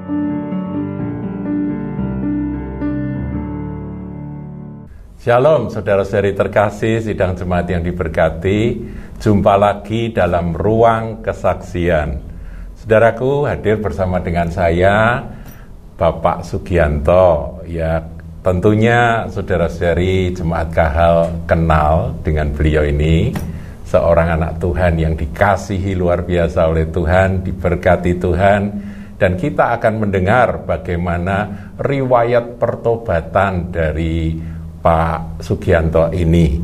Shalom saudara-saudari terkasih, sidang jemaat yang diberkati. Jumpa lagi dalam Ruang Kesaksian. Saudaraku, hadir bersama dengan saya Bapak Sugianto. Ya, tentunya saudara-saudari jemaat Kahal kenal dengan beliau ini, seorang anak Tuhan yang dikasihi luar biasa oleh Tuhan, diberkati Tuhan. Dan kita akan mendengar bagaimana riwayat pertobatan dari Pak Sugianto ini.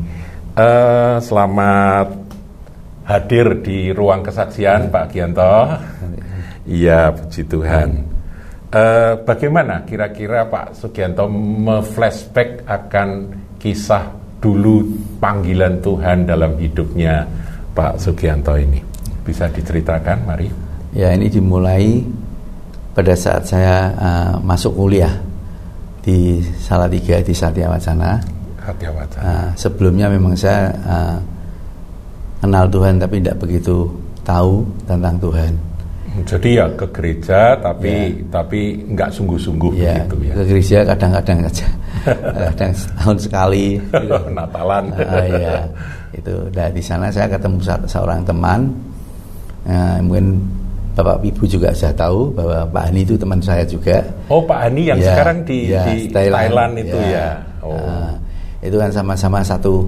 Selamat hadir di Ruang Kesaksian, Pak Gianto. Iya, puji Tuhan. Bagaimana kira-kira Pak Sugianto me-flashback akan kisah dulu panggilan Tuhan dalam hidupnya Pak Sugianto ini? Bisa diceritakan, mari? Ya, ini dimulai pada saat saya masuk kuliah di Salatiga di Satya Wacana. Sebelumnya memang saya kenal Tuhan tapi tidak begitu tahu tentang Tuhan. Jadi ya ke gereja tapi nggak sungguh-sungguh ya, begitu ya. Ke gereja kadang-kadang saja, kadang setahun sekali. Gitu. Natalan. Ya, itu. Nah, di sana saya ketemu seorang teman. Mungkin Bapak Ibu juga sudah tahu bahwa Pak Hani itu teman saya juga. Oh, Pak Hani yang sekarang di Thailand itu ya. Itu kan sama-sama satu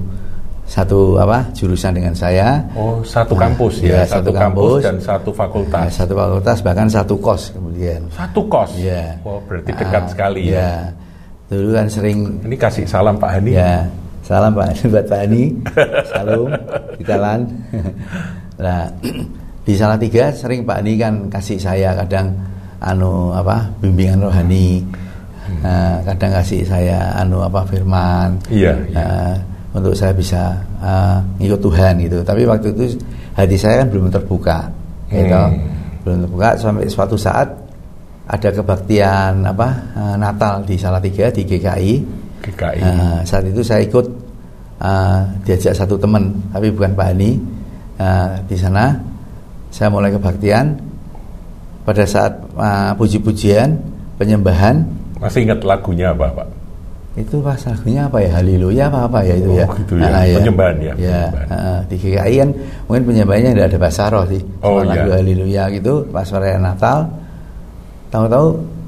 jurusan dengan saya. Oh, satu kampus ya. Satu kampus dan satu fakultas. Satu fakultas, bahkan satu kos kemudian. Satu kos. Ya. Oh, berarti dekat sekali ya. Dulu kan sering. Ini kasih salam Pak Hani. Ya, salam Pak buat Pak Hani. Salam di Thailand. Nah, di Salatiga sering Pak Hani kan kasih saya kadang bimbingan rohani, kadang kasih saya firman, untuk saya bisa ngikut Tuhan gitu. Tapi waktu itu hati saya kan belum terbuka, gitu. Belum terbuka sampai suatu saat ada kebaktian Natal di Salatiga di GKI. Saat itu saya ikut diajak satu teman, tapi bukan Pak Hani. Di sana saya mulai kebaktian pada saat puji-pujian, penyembahan. Masih ingat lagunya apa, Pak? Itu pas lagunya apa ya? Haleluya apa ya itu ya? Gitu ya. Penyembahan ya. Di GKI kan mungkin penyembahannya tidak ada bahasa roh sih. Lagu haleluya gitu pas perayaan Natal. Tahu-tahu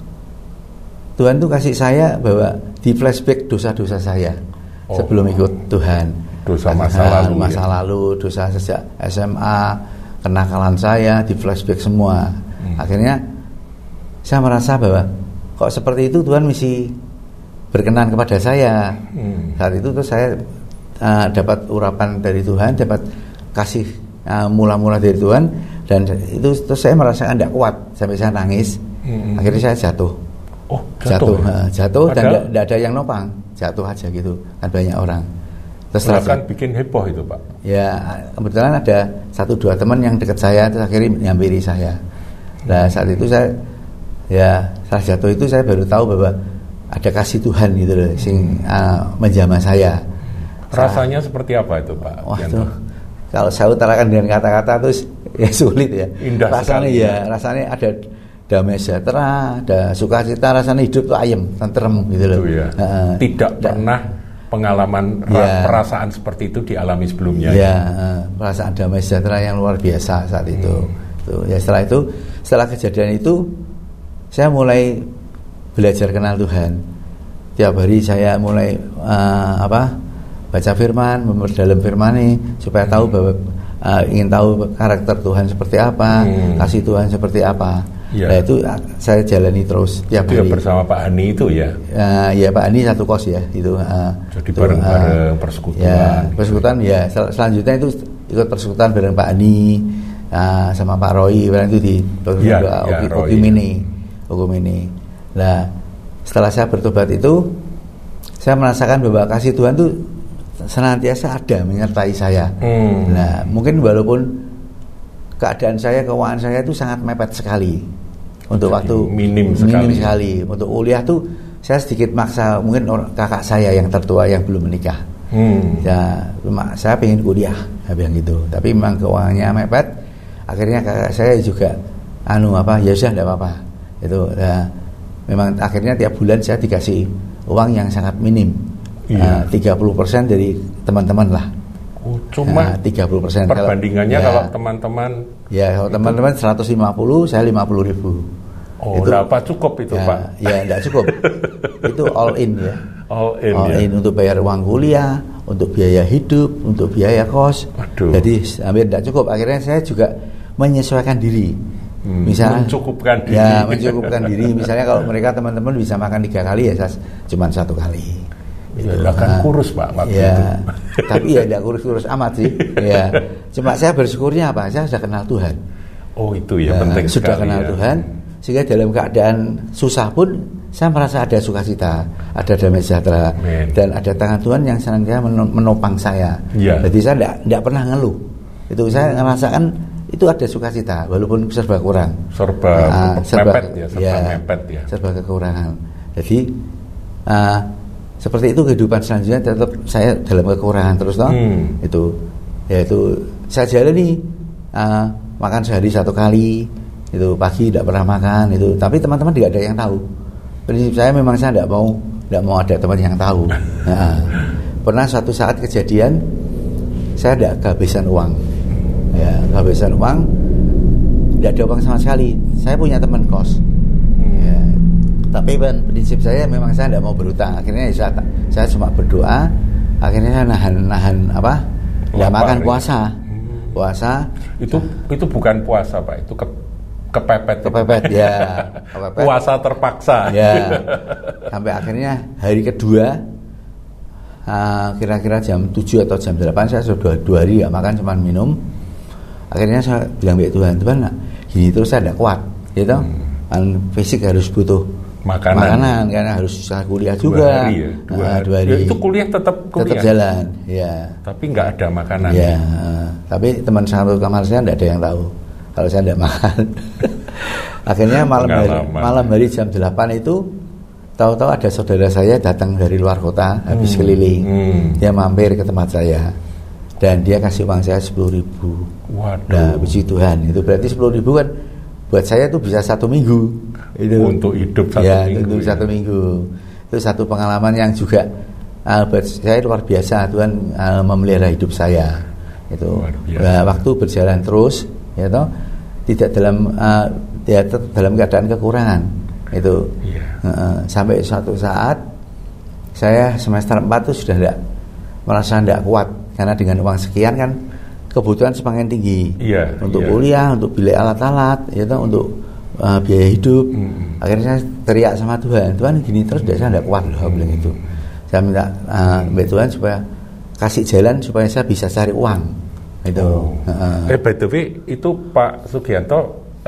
Tuhan tuh kasih saya bahwa di flashback dosa-dosa saya sebelum ikut Tuhan. Dosa masa lalu, dosa sejak SMA, kenakalan saya di flashback semua. Akhirnya saya merasa bahwa kok seperti itu Tuhan mesti berkenan kepada saya. Saat itu terus saya dapat urapan dari Tuhan, dapat kasih mula-mula dari Tuhan, dan itu terus saya merasakan tidak kuat sampai saya nangis. Akhirnya saya jatuh. Jatuh dan tidak ada yang nopang, jatuh aja gitu. Kan banyak orang. Bahkan bikin heboh itu, Pak. Ya, kebetulan ada 1-2 teman yang dekat saya, terus akhirnya nyamperin saya. Nah, saat itu saya jatuh itu saya baru tahu bahwa ada kasih Tuhan gitu loh, sing menjamah saya. Rasanya seperti apa itu, Pak? Kalau saya utarakan dengan kata-kata terus ya sulit ya. Indah rasanya sekali. Rasanya ada damai sejahtera, ada sukacita, rasanya hidup tuh ayem, tentrem gitu loh. Itu ya. Tidak pernah pengalaman perasaan seperti itu dialami sebelumnya. Perasaan damai sejahtera yang luar biasa saat itu. Ya, setelah kejadian itu saya mulai belajar kenal Tuhan. Tiap hari saya mulai baca firman, memperdalam firman ini supaya tahu bahwa ingin tahu karakter Tuhan seperti apa, kasih Tuhan seperti apa. Nah, itu saya jalani terus tiap hari. Bersama Pak Hani itu ya? Ya, Pak Hani satu kos ya itu. Jadi bareng-bareng persekutuan. Ya, persekutuan ya. Selanjutnya itu ikut persekutuan bareng Pak Hani sama Pak Roy, bareng itu di Hukum ini. Nah, setelah saya bertobat itu, saya merasakan bahwa kasih Tuhan itu senantiasa ada menyertai saya. Nah, mungkin walaupun keadaan saya, keuangan saya itu sangat mepet sekali. Untuk waktu minim sekali. Untuk kuliah tuh saya sedikit maksa, mungkin kakak saya yang tertua yang belum menikah. Ya, saya pengen kuliah, bilang gitu. Tapi memang keuangannya mepet. Akhirnya kakak saya juga ya sudah enggak apa-apa. Itu memang akhirnya tiap bulan saya dikasih uang yang sangat minim. 30% dari teman-teman lah. Oh, cuma 30%. Perbandingannya kalau teman-teman? Ya, kalau teman-teman 150, saya 50 ribu. Oh, apa cukup itu, Pak? Ya, enggak cukup. Itu all in ya. All in untuk bayar uang kuliah, untuk biaya hidup, untuk biaya kos. Waduh. Jadi hampir enggak cukup. Akhirnya saya juga menyesuaikan diri. Misalnya mencukupkan diri. Ya, mencukupkan diri. Misalnya kalau mereka teman-teman bisa makan 3 kali, ya saya cuma 1 kali. Ya, kan kurus Pak waktu ya, itu. Tapi ya tidak kurus-kurus amat sih. Ya, cuma saya bersyukurnya apa? Saya sudah kenal Tuhan. Oh itu ya penting sudah sekali. Kenal Tuhan, sehingga dalam keadaan susah pun saya merasa ada sukacita, ada damai sejahtera, dan ada tangan Tuhan yang senantiasa menopang saya. Ya. Jadi saya tidak pernah ngeluh. Itu saya merasakan itu ada sukacita, walaupun serba kurang. Serba mepet ya. Serba kekurangan. Jadi seperti itu kehidupan selanjutnya tetap saya dalam kekurangan terus toh. Itu saya jalani makan sehari 1 kali, itu pagi tidak pernah makan itu, tapi teman-teman tidak ada yang tahu. Prinsip saya memang saya tidak mau ada teman yang tahu. Pernah suatu saat kejadian saya tidak kehabisan uang, tidak ada uang sama sekali. Saya punya teman kos. Tapi prinsip saya memang saya tidak mau berhutang. Akhirnya saya cuma berdoa. Akhirnya saya nahan tidak makan puasa. Itu bukan puasa Pak, itu kepepet ya. Kepepet. Puasa terpaksa. Ya. Sampai akhirnya hari kedua kira-kira jam 7 atau jam 8 saya sudah 2 hari nggak makan, cuma minum. Akhirnya saya bilang ke Tuhan, gini terus saya tidak kuat, gitu. Fisik harus butuh makanan karena harus usaha kuliah juga. 2 hari. Ya, itu kuliah tetap jalan, ya. Tapi nggak ada makanan. Ya, tapi teman satu kamar saya tidak ada yang tahu kalau saya tidak makan. Akhirnya malam hari jam 8 itu tahu-tahu ada saudara saya datang dari luar kota habis keliling. Dia mampir ke tempat saya dan dia kasih uang saya 10.000. Waduh. Nah, puji Tuhan, itu berarti 10.000 kan buat saya itu bisa 1 minggu itu untuk hidup 1 minggu. Untuk 1 minggu itu satu pengalaman yang juga buat saya luar biasa. Tuhan memelihara hidup saya itu. Waktu berjalan terus ya toh, tidak dalam keadaan kekurangan itu. Sampai suatu saat saya semester 4 itu sudah merasa tidak kuat karena dengan uang sekian kan kebutuhan semakin tinggi untuk kuliah, untuk beli alat-alat, untuk biaya hidup. Akhirnya saya teriak sama Tuhan gini terus saya tidak kuat loh, bilang itu. Saya minta Tuhan supaya kasih jalan supaya saya bisa cari uang. Itu. By the way, itu Pak Sugianto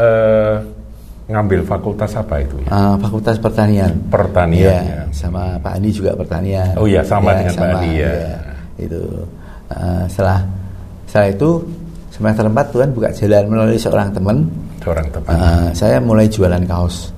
ngambil fakultas apa itu? Fakultas Pertanian. Pertanian. Ya. Sama Pak Andi juga pertanian. Oh iya, sama dengan Pak Andi ya. Itu setelah itu semester 4 Tuhan buka jalan melalui seorang teman. Saya mulai jualan kaos.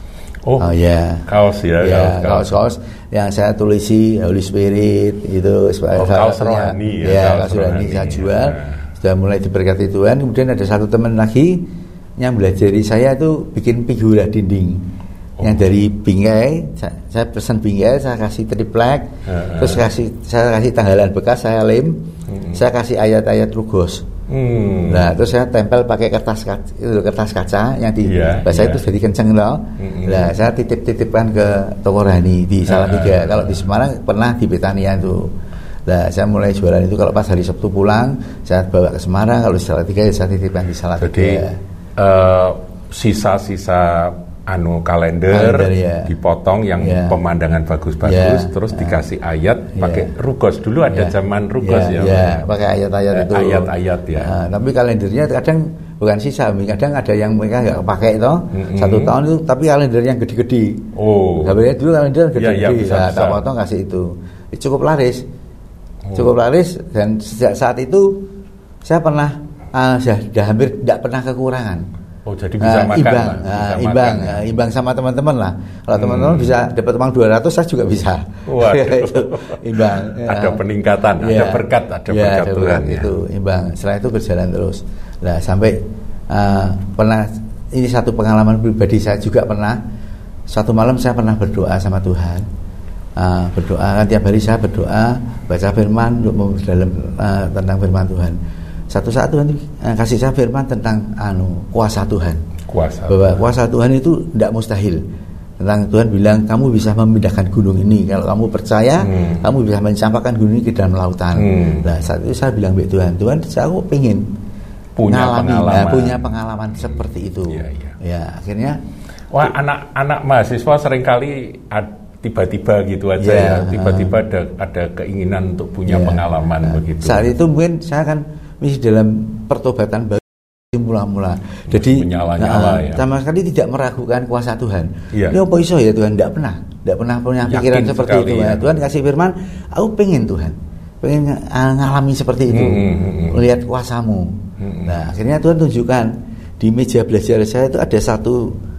Kaos ya. Kaos yang saya tulisi Holy Spirit itu kaos rohani kaos rohani saya jual. Sudah mulai diberkati Tuhan. Kemudian ada satu teman lagi yang belajar dari saya itu bikin figura dinding. Yang dari bingkai, saya pesan bingkai, saya kasih triplek, terus saya kasih tanggalan bekas, saya lem, saya kasih ayat-ayat Logos. Nah, terus saya tempel pakai kertas kaca yang di bahasa itu jadi kenceng loh. Nah, saya titipkan ke toko Rohani di Salatiga. Kalau di Semarang pernah di Betania itu. Nah, saya mulai jualan itu kalau pas hari Sabtu pulang, saya bawa ke Semarang. Kalau di Salatiga saya titipkan di Salatiga. Jadi sisa-sisa kalender dipotong yang pemandangan bagus-bagus, terus dikasih ayat pakai rugos. Dulu ada zaman rugos pakai ayat-ayat itu. Ayat-ayat ya. Tapi kalendernya kadang bukan sisa, kadang ada yang mereka nggak pakai itu 1 tahun itu, tapi kalender yang gede-gede. Kabarnya dulu kalender gede-gede. Tak potong kasih itu. Cukup laris. Dan sejak saat itu saya pernah sudah hampir tidak pernah kekurangan. Jadi bisa makan imbang sama teman-teman lah. Kalau teman-teman bisa dapat uang 200, saya juga bisa. Imbang. Ada peningkatan, ada berkat Tuhan. Itu imbang. Setelah itu berjalan terus. Nah, sampai pernah ini satu pengalaman pribadi saya juga pernah. Suatu malam saya pernah berdoa sama Tuhan. Berdoa kan tiap hari saya berdoa, baca firman untuk memperdalam tentang firman Tuhan. Satu saat Tuhan kasih saya firman tentang kuasa Tuhan. Bahwa kuasa Tuhan itu tidak mustahil. Tentang Tuhan bilang kamu bisa memindahkan gunung ini. Kalau kamu percaya, kamu bisa mencampakkan gunung ini ke dalam lautan. Nah saat itu saya bilang ke Tuhan, saya pengen punya pengalaman seperti itu. Ya akhirnya. Wah, anak mahasiswa seringkali tiba-tiba gitu aja ya. Tiba-tiba ada keinginan untuk punya pengalaman begitu. Saat itu mungkin saya kan masih dalam pertobatan baru mula-mula. Jadi menyala-nyala sama sekali tidak meragukan kuasa Tuhan. Ini apa iso ya Tuhan? Tidak pernah punya pikiran seperti itu. Ya. Tuhan kasih firman, aku pengen Tuhan. Pengen ngalami seperti itu. Melihat kuasamu. Nah, akhirnya Tuhan tunjukkan di meja belajar saya itu ada satu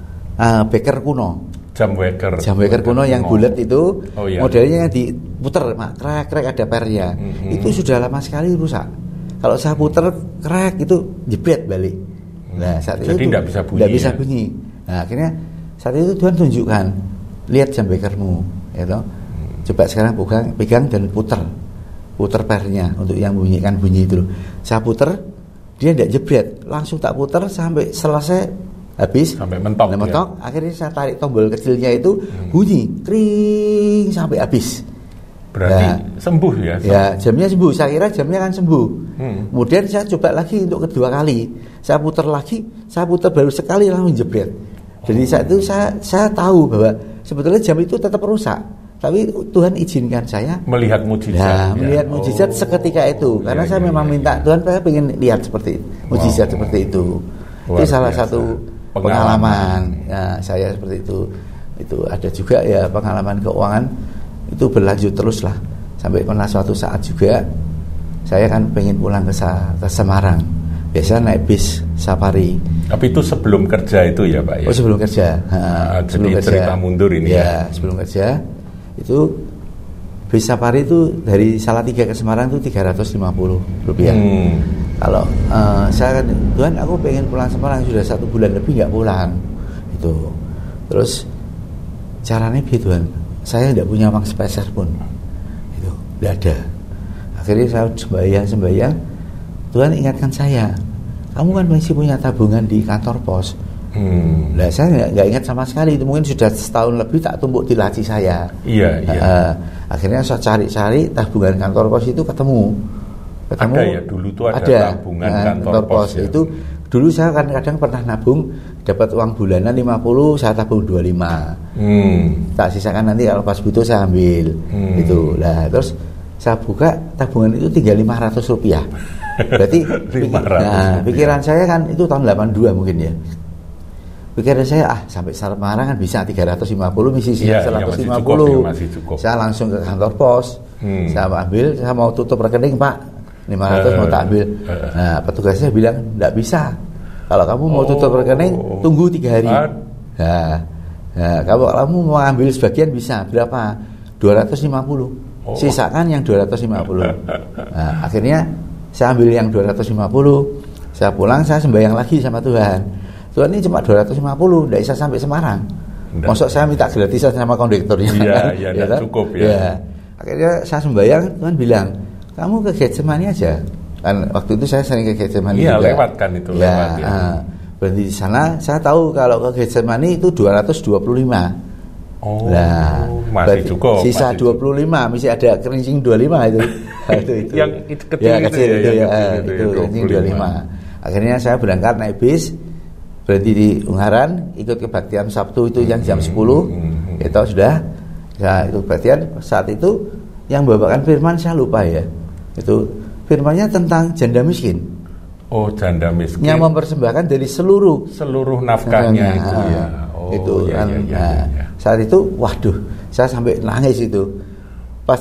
beker kuno, jam beker kuno yang bulat itu, modelnya yang diputer, krek ada pernya. Itu sudah lama sekali rusak. Kalau saya puter krek itu jebret balik. Nah saat jadi itu tidak bisa bunyi. Nah akhirnya saat itu Tuhan tunjukkan, lihat jam bekermu, ya toh. Coba sekarang pegang dan puter pernya untuk yang bunyikan bunyi itu. Saya puter, dia tidak jebret, langsung tak puter sampai selesai. Habis sampai mentok. Akhirnya saya tarik tombol kecilnya itu bunyi kring sampai habis. Berarti sembuh ya? Ya jamnya sembuh. Saya kira jamnya kan sembuh. Kemudian saya coba lagi untuk kedua kali. Saya putar baru sekali langsung jebret. Jadi saat itu saya tahu bahwa sebetulnya jam itu tetap rusak. Tapi Tuhan izinkan saya melihat mujizat. Melihat mujizat seketika itu. Karena saya memang minta Tuhan, saya ingin lihat seperti mujizat seperti itu. Itu salah satu pengalaman ya, saya seperti itu. Itu ada juga ya pengalaman keuangan itu berlanjut terus lah sampai pernah suatu saat juga saya kan pengen pulang ke Semarang. Biasa naik bis safari. Tapi itu sebelum kerja itu ya Pak ya? Oh sebelum kerja. Sebelum kerja. Cerita mundur ini ya. Sebelum kerja itu bis safari itu dari Salatiga ke Semarang itu Rp350. Kalau saya kan Tuhan aku pengen pulang Semarang, sudah 1 bulan lebih nggak pulang itu. Terus caranya bi Tuhan, saya tidak punya uang sepeser pun itu tidak ada. Akhirnya saya sembahyang Tuhan ingatkan saya, kamu kan masih punya tabungan di kantor pos. Nah saya nggak ingat sama sekali, itu mungkin sudah setahun lebih tak tumpuk di laci saya. Akhirnya saya cari-cari tabungan kantor pos itu ketemu. Ada ya dulu tuh ada tabungan kantor pos ya. Itu dulu saya kadang pernah nabung, dapat uang bulanan 50, saya tabung 25. Tak sisakan nanti kalau pas butuh saya ambil. Itu lah terus saya buka tabungan itu tinggal Rp500. Berarti pikiran saya kan itu tahun 82 mungkin ya. Pikiran saya sampai Semarang kan bisa 350, misi 150. Masih cukup. Saya langsung ke kantor pos. Saya ambil, saya mau tutup rekening Pak, 500 mau tak ambil. Nah petugasnya bilang tidak bisa. Kalau kamu mau tutup rekening tunggu 3 hari. Kalau kamu mau ambil sebagian bisa berapa? 250. Sisakan yang 250. Nah, akhirnya saya ambil yang 250. Saya pulang, saya sembahyang lagi sama Tuhan. Tuhan ini cuma 250, tidak bisa sampai Semarang. Maksud saya minta gratisan sama kondektornya. Iya, cukup ya. Akhirnya saya sembahyang, Tuhan bilang, kamu ke Getsemani aja. Kan waktu itu saya sering ke Getsemani juga. Lewat kan itu. Berarti di sana saya tahu kalau ke Getsemani itu 225. Masih cukup. Sisa masih 25, masih ada kerincing 25 itu. itu. Yang itu kecil itu kerincing 25. Akhirnya saya berangkat naik bis, berhenti di Ungaran, ikut kebaktian Sabtu itu yang jam 10. Itu sudah. Ya, itu kebaktian saat itu yang bawakan firman saya lupa ya. Itu firmannya tentang janda miskin. Oh, janda miskin. Yang mempersembahkan dari seluruh nafkahnya itu ya. Itu kan. Saat itu waduh, saya sampai nangis itu. Pas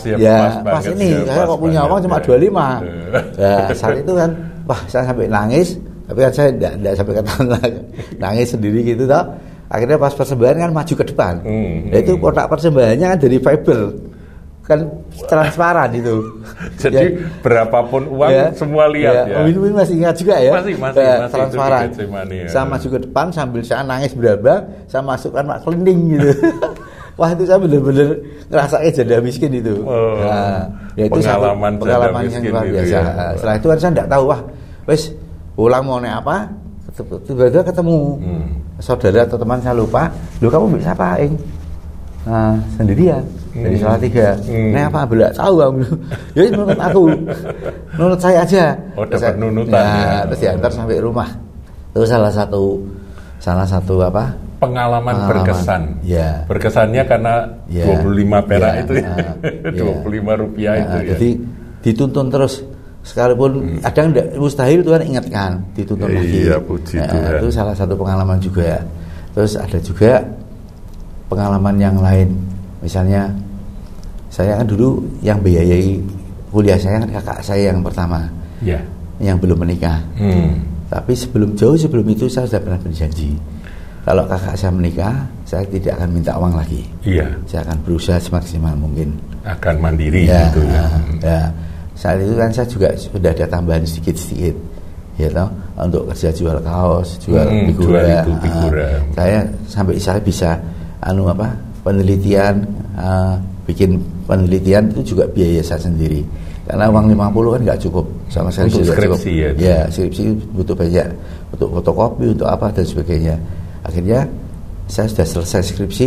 ini saya kok punya uang cuma 25. Nah, saat itu kan saya sampai nangis, tapi kan saya tidak sampai ketahuan nangis sendiri gitu toh. Akhirnya pas persembahan kan maju ke depan. Itu kotak persembahannya kan dari fiber. kan transparan itu. Jadi berapapun uang semua lihat ya. Ini masih ingat juga ya. Masih transparan. Saya maju ke depan sambil saya nangis beraba, saya masukkan mak kelending gitu. Wah itu saya benar-benar ngerasain janda miskin itu. Ya itu pengalaman yang luar biasa. Ya. Setelah itu kan saya tidak tahu, wah wes pulang mau naik apa, tiba-tiba ketemu saudara atau teman saya lupa, lu kamu bisa apa, Ing? Sendirian dari Salatiga. Naik apa? Belak tahu kamu. Ya menurut aku, menurut saya aja. Oh dapat nunutan. Terus diantar sampai rumah. Itu salah satu apa? Pengalaman berkesan. Ya. Berkesannya karena 25 perak itu ya. 25 rupiah itu ya. Jadi dituntun terus sekalipun kadang mustahil Tuhan ingatkan, dituntun lagi. Iya, puji Tuhan. Itu salah satu pengalaman juga. Terus ada juga pengalaman yang lain. Misalnya saya kan dulu yang biayai kuliah saya kan kakak saya yang pertama. Ya. Yang belum menikah. Tapi jauh sebelum itu saya sudah pernah berjanji, kalau kakak saya menikah, saya tidak akan minta uang lagi. Iya. Saya akan berusaha semaksimal mungkin. Akan mandiri gitu ya. Saat itu kan saya juga sudah ada tambahan sedikit-sedikit, ya toh, untuk kerja jual kaos, jual figura. Saya bisa penelitian, bikin penelitian itu juga biaya saya sendiri. Karena uang 50 kan nggak cukup sama sekali. Untuk skripsi cukup. Ya, skripsi butuh banyak, untuk fotokopi, untuk apa dan sebagainya. Akhirnya saya sudah selesai skripsi.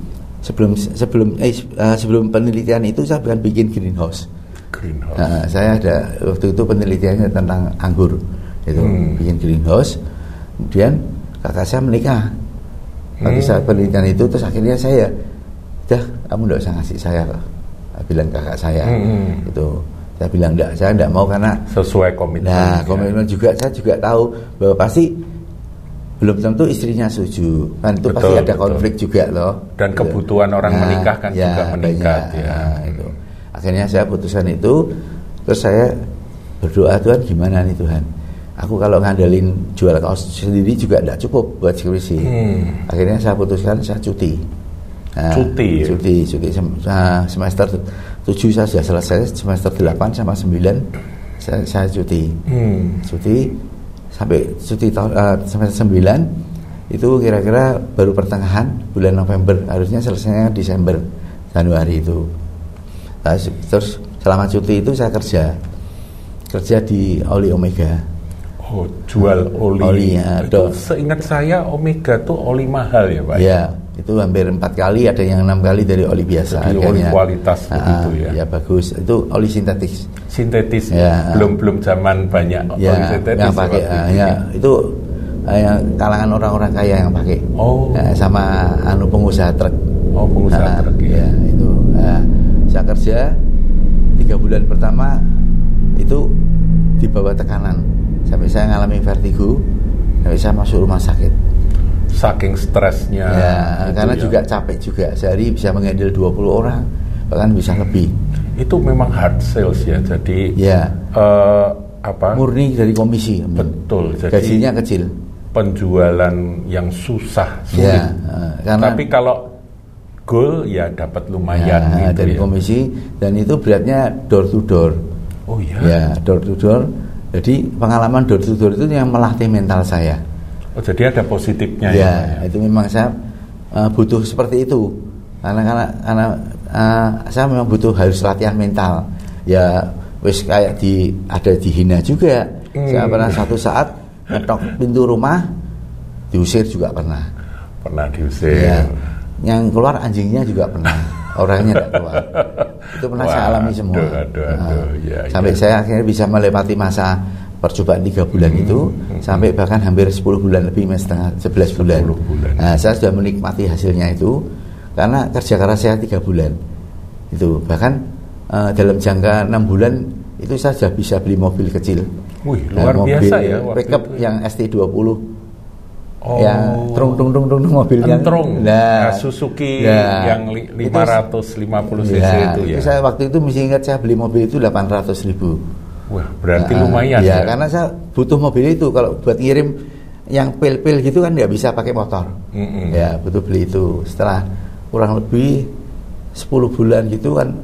Sebelum penelitian itu saya bukan bikin greenhouse. Saya ada waktu itu penelitiannya tentang anggur, itu bikin greenhouse. Kemudian kakak saya menikah. Waktu saat penelitian itu terus akhirnya saya, kamu tidak usah ngasih saya, bilang kakak saya. Itu saya bilang saya tidak mau karena sesuai komitmen. Nah komitmen juga saya juga tahu bahwa pasti belum tentu istrinya setuju, kan itu betul, pasti ada konflik juga loh. Dan kebutuhan orang menikah kan juga meningkat ya. Itu. Akhirnya saya putuskan itu, terus saya berdoa, Tuhan gimana nih Tuhan? Aku kalau ngandelin jual kaos sendiri juga tidak cukup buat skripsi. Akhirnya saya putuskan saya cuti. Cuti semester 7 saya sudah selesai, semester 8 sama 9 saya cuti. Cuti sampai semester 9 itu kira-kira baru pertengahan bulan November, harusnya selesainya Desember Januari itu. Terus selama cuti itu saya kerja di Oli Omega. Oh, jual oli. Itu seingat saya Omega tuh oli mahal ya Pak? Ya, itu hampir 4 kali, ada yang 6 kali dari oli biasa. Jadi oli kualitas begitu ya? Ya bagus, itu oli sintetis. Sintetis ya? Belum zaman banyak oli sintetis. Yang pakai, itu yang kalangan orang-orang kaya yang pakai. Sama pengusaha truk. Pengusaha truk ya. Itu saya kerja 3 bulan pertama itu di bawah tekanan sampai saya ngalami vertigo, sampai saya masuk rumah sakit. Saking stresnya. Karena juga capek juga, sehari bisa menghandle 20 orang, bahkan bisa lebih. Itu memang hard sales ya, jadi murni dari komisi. Betul. Jadi gajinya kecil. Penjualan yang sulit. Tapi kalau goal ya dapat lumayan gitu dari komisi, dan itu beratnya door to door. Oh iya. Ya, door to door. Jadi pengalaman door to door itu yang melatih mental saya. Oh, jadi ada positifnya ya. Itu memang saya butuh seperti itu. Karena saya memang butuh harus latihan mental. Ya, wis kayak ada dihina juga. Saya pernah satu saat ngetok pintu rumah diusir juga pernah. Pernah diusir. Ya. Yang keluar anjingnya juga pernah. Orangnya tidak keluar. Itu pernah saya alami semua. Sampai saya akhirnya bisa melewati masa percobaan 3 bulan itu, sampai bahkan hampir 10 bulan lebih, 11 bulan. Saya sudah menikmati hasilnya itu karena kerja keras saya 3 bulan. Itu bahkan dalam jangka 6 bulan itu saya sudah bisa beli mobil kecil. Wih, luar biasa ya. Pickup yang ST20. Yang trung mobilnya. Suzuki yang 550 cc itu ya. Saya waktu itu mesti ingat saya beli mobil itu 800.000. Wah, berarti lumayan ya. Karena saya butuh mobil itu kalau buat ngirim yang pil-pil gitu kan nggak bisa pakai motor. Ya, butuh beli itu. Setelah kurang lebih 10 bulan gitu kan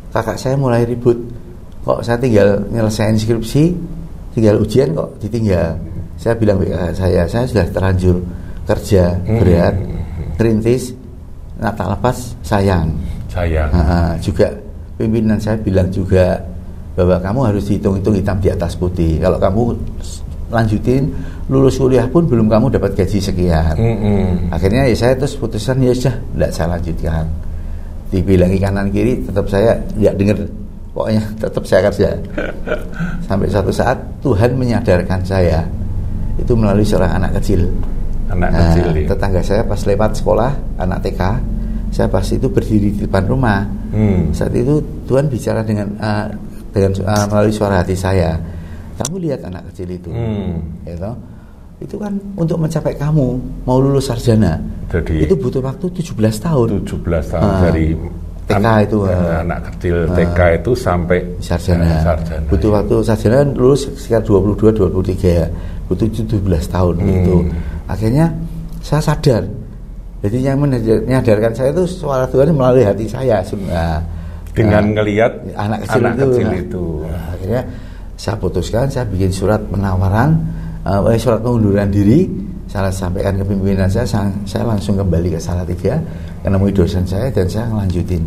kakak saya mulai ribut. Kok saya tinggal nyelesain skripsi, tinggal ujian kok ditinggal. Saya bilang ke kakak saya sudah terlanjur kerja berat, rintis, nah tak lepas sayang. Juga pimpinan saya bilang juga bahwa kamu harus dihitung-hitung hitam di atas putih. Kalau kamu lanjutin, lulus kuliah pun belum kamu dapat gaji sekian. Akhirnya ya saya terus putusan ya sudah, tidak saya lanjutkan. Dibilangi kanan kiri, tetap saya tidak dengar. Pokoknya tetap saya kerja. Sampai suatu saat Tuhan menyadarkan saya itu melalui seorang anak kecil. Tetangga saya pas lewat sekolah, anak TK, saya pas itu berdiri di depan rumah. Saat itu Tuhan bicara dengan melalui suara hati saya. Kamu lihat anak kecil itu, gitu. Itu kan untuk mencapai kamu mau lulus sarjana. Jadi, itu butuh waktu 17 tahun. 17 tahun dari TK itu anak kecil TK itu sampai sarjana. Butuh waktu sarjana lulus sekitar 22-23 ya. Butuh 17 tahun gitu. Akhirnya saya sadar. Jadi yang menyadarkan saya itu suara Tuhan melalui hati saya. Dengan ngelihat anak kecil itu. Akhirnya saya putuskan, saya bikin surat penawaran, surat pengunduran diri. Saya sampaikan ke pimpinan saya langsung kembali ke Salatiga, menemui dosen saya dan saya ngelanjutin.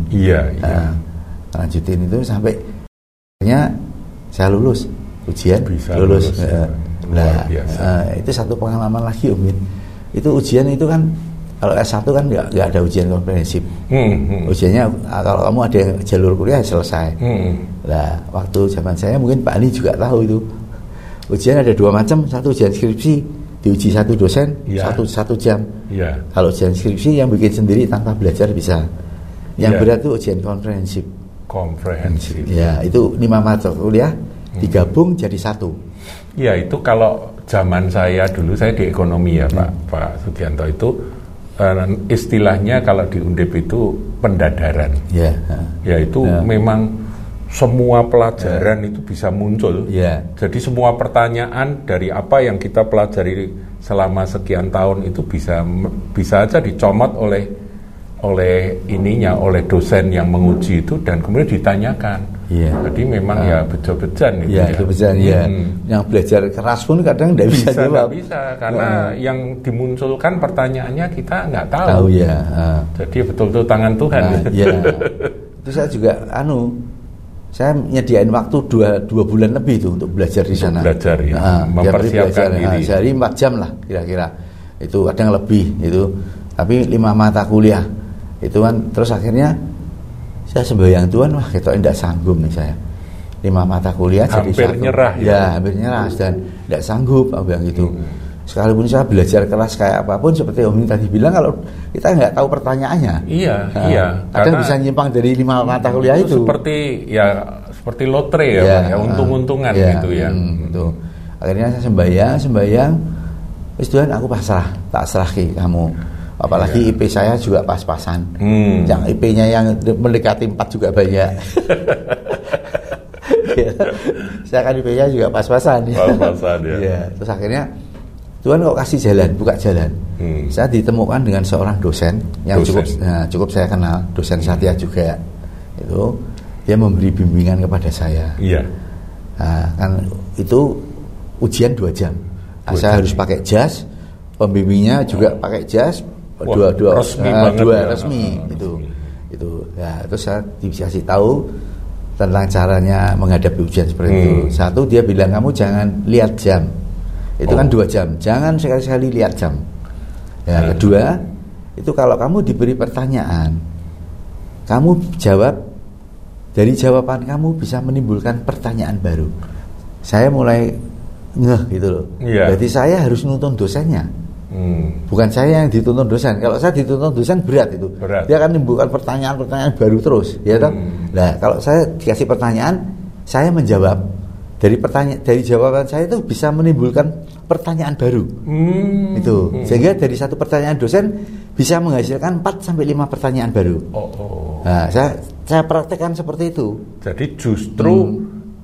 Lanjutin itu sampai akhirnya saya lulus ujian, lulus. Itu satu pengalaman lagi Om Min. Itu ujian itu kan kalau S1 kan nggak ada ujian komprehensif. Ujiannya kalau kamu ada jalur kuliah selesai. Nah, waktu zaman saya mungkin Pak Ani juga tahu itu. Ujian ada dua macam, satu ujian skripsi diuji satu dosen, satu jam. Kalau ujian skripsi yang bikin sendiri tanpa belajar bisa. Yang berat itu ujian komprehensif. Ya, itu 5 mata kuliah digabung jadi satu. Ya, itu kalau zaman saya dulu, saya di ekonomi ya Pak Sugianto, itu istilahnya kalau di Undip itu pendadaran. Itu memang semua pelajaran itu bisa muncul. Jadi semua pertanyaan dari apa yang kita pelajari selama sekian tahun itu bisa aja dicomot oleh dosen yang menguji itu dan kemudian ditanyakan. Jadi memang bejo-bejan gitu. Bejo-bejan Yang belajar keras pun kadang tidak bisa jawab. Bisa karena yang dimunculkan pertanyaannya kita nggak tahu. Jadi betul-betul tangan Tuhan. Itu saya juga saya nyediain waktu 2 bulan lebih itu untuk belajar di sana. Mempersiapkan diri. Sehari 4 jam lah kira-kira. Itu kadang lebih itu. Tapi 5 mata kuliah itu kan, terus akhirnya saya sembahyang Tuhan, wah kita tidak sanggup nih saya. 5 mata kuliah hampir jadi nyerah. Hampir nyerah dan tidak sanggup aku bilang gitu. Sekalipun saya belajar keras kayak apapun, seperti Om tadi bilang, kalau kita nggak tahu pertanyaannya, kadang bisa nyimpang dari 5 mata kuliah itu. Seperti lotre ya, untung-untungan gitu ya. Gitu. Akhirnya saya sembahyang, wis Tuhan aku pasrah, tak serah ke kamu. Apalagi IP saya juga pas-pasan. Yang IP-nya yang mendekati 4 juga banyak. Saya kan IP-nya juga pas-pasan. Terus akhirnya Tuhan kok kasih jalan, buka jalan. Saya ditemukan dengan seorang dosen yang cukup saya kenal, dosen Satya juga. Itu dia memberi bimbingan kepada saya. Kan itu ujian 2 jam. Saya harus pakai jas, pembimbingnya juga pakai jas, dua resmi itu. Terus saya dikasih tahu tentang caranya menghadapi ujian seperti itu. Satu, dia bilang kamu jangan lihat jam. Itu kan 2 jam. Jangan sekali-sekali lihat jam. Kedua, itu kalau kamu diberi pertanyaan, kamu jawab, dari jawaban kamu bisa menimbulkan pertanyaan baru. Saya mulai ngeh gitu loh. Berarti saya harus nuntun dosennya. Bukan saya yang dituntun dosen. Kalau saya dituntun dosen berat itu. Dia akan menimbulkan pertanyaan-pertanyaan baru terus, ya toh? Nah, kalau saya dikasih pertanyaan, saya menjawab. Dari jawaban saya itu bisa menimbulkan pertanyaan baru. Itu. Sehingga dari satu pertanyaan dosen bisa menghasilkan 4 sampai 5 pertanyaan baru. Nah, saya praktekkan seperti itu. Jadi justru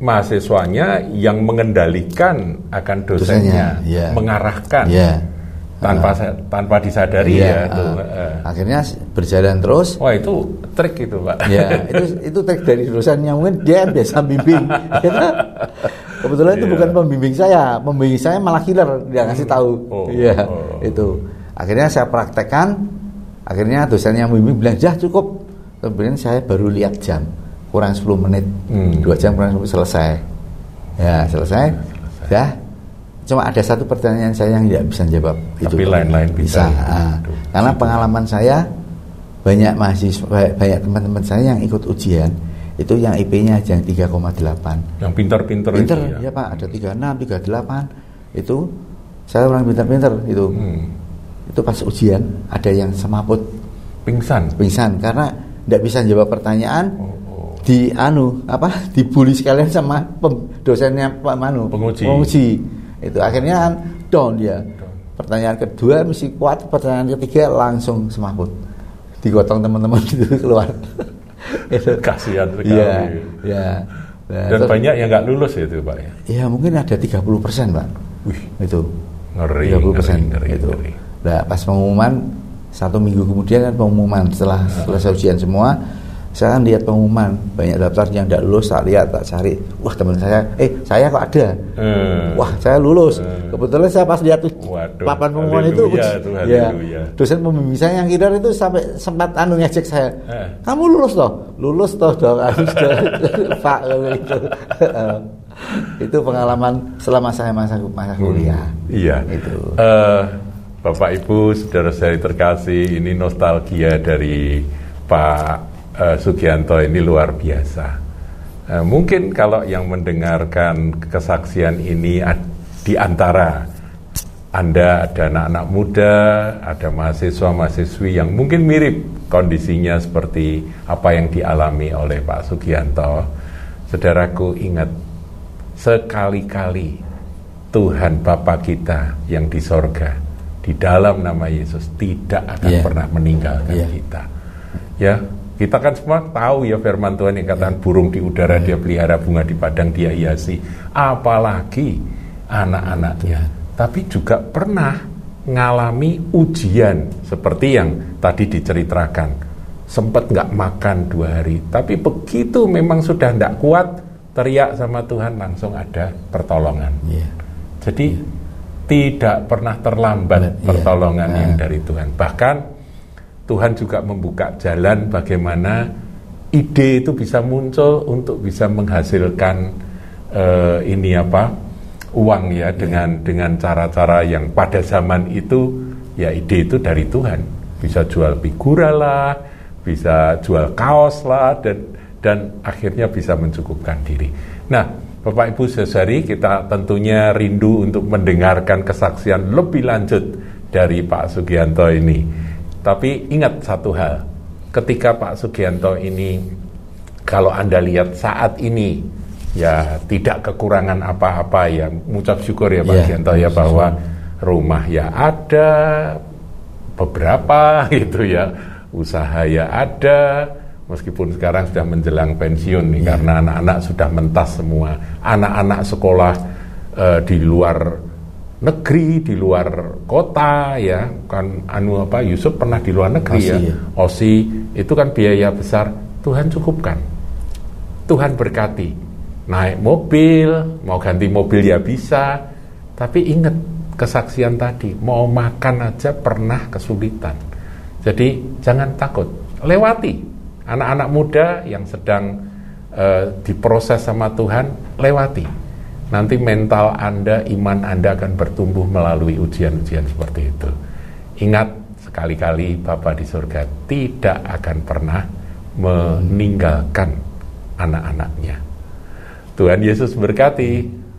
mahasiswanya yang mengendalikan akan dosennya, mengarahkan. tanpa disadari ya. Akhirnya berjalan terus. Wah, itu trik itu, Pak. Ya, itu trik dari dosennya, mungkin dia biasa bimbing. Kebetulan itu bukan pembimbing saya malah killer, dia ngasih tahu. Itu. Akhirnya saya praktekkan. Akhirnya dosen yang membimbing bilang, "Jah, cukup." Kemudian saya baru lihat jam, kurang 10 menit. 2 jam kurang 10 selesai. Ya, selesai. Dah. Cuma ada satu pertanyaan saya yang tidak bisa jawab. Tapi lain-lain bisa. Karena pengalaman saya, banyak mahasiswa, banyak teman-teman saya yang ikut ujian itu yang IP-nya aja 3,8. Yang pintar-pintar itu ya Pak, ada 36, 38. Itu saya orang pintar-pintar itu. Itu pas ujian ada yang semaput, pingsan karena tidak bisa jawab pertanyaan. Dibully sekalian sama dosennya Pak penguji. Itu akhirnya down dia. Pertanyaan kedua mesti kuat, pertanyaan ketiga langsung semaput, digotong teman-teman itu keluar. Itu kasihan sekali. Ya. Dan banyak yang nggak lulus itu, Pak ya. Ya mungkin ada 30%, Pak. Wih, itu ngeri. 30% itu. Nah, pas pengumuman 1 minggu kemudian kan pengumuman setelah selesai ujian semua. Saya kan lihat pengumuman, banyak daftar yang tidak lulus, tak lihat, tak cari. Wah, teman saya kok ada. Wah, saya lulus. Kebetulan saya pas lihat papan pengumuman itu, dosen pembimbing saya yang kira itu sampai sempat ngecek saya. Kamu lulus toh? Lulus toh dong, Pak. Gitu. Itu pengalaman selama saya masa kuliah. Iya. Itu. Bapak Ibu, saudara-saudari terkasih, ini nostalgia dari Pak Sugianto ini luar biasa. Mungkin kalau yang mendengarkan kesaksian ini di antara Anda ada anak-anak muda, ada mahasiswa-mahasiswi yang mungkin mirip kondisinya seperti apa yang dialami oleh Pak Sugianto. Saudaraku, ingat, sekali-kali Tuhan Bapa kita yang di sorga, di dalam nama Yesus tidak akan pernah meninggalkan kita. Ya, kita kan semua tahu ya firman Tuhan yang katakan burung di udara dia pelihara, bunga di padang dia hiasi, apalagi anak-anaknya. Tapi juga pernah ngalami ujian seperti yang tadi diceritakan, sempat nggak makan 2 hari, tapi begitu memang sudah nggak kuat, teriak sama Tuhan, langsung ada pertolongan. Jadi tidak pernah terlambat pertolongan yang dari Tuhan. Bahkan Tuhan juga membuka jalan bagaimana ide itu bisa muncul untuk bisa menghasilkan uang ya, dengan cara-cara yang pada zaman itu ya ide itu dari Tuhan. Bisa jual figura lah, bisa jual kaos lah, dan akhirnya bisa mencukupkan diri. Nah, Bapak Ibu saudari, kita tentunya rindu untuk mendengarkan kesaksian lebih lanjut dari Pak Sugianto ini. Tapi ingat satu hal, ketika Pak Sugianto ini, kalau Anda lihat saat ini, ya tidak kekurangan apa-apa ya, mengucap syukur ya Pak Sugianto ya, bahwa rumah ya ada, beberapa gitu ya, usaha ya ada, meskipun sekarang sudah menjelang pensiun nih, karena anak-anak sudah mentas semua, anak-anak sekolah di luar negeri, di luar kota ya kan, Yusuf pernah di luar negeri OSI itu kan biaya besar. Tuhan cukupkan, Tuhan berkati, naik mobil, mau ganti mobil ya bisa. Tapi ingat kesaksian tadi, mau makan aja pernah kesulitan. Jadi jangan takut, lewati. Anak-anak muda yang sedang diproses sama Tuhan, lewati. Nanti mental Anda, iman Anda akan bertumbuh melalui ujian-ujian seperti itu. Ingat, sekali-kali Bapa di surga tidak akan pernah meninggalkan anak-anaknya. Tuhan Yesus berkati.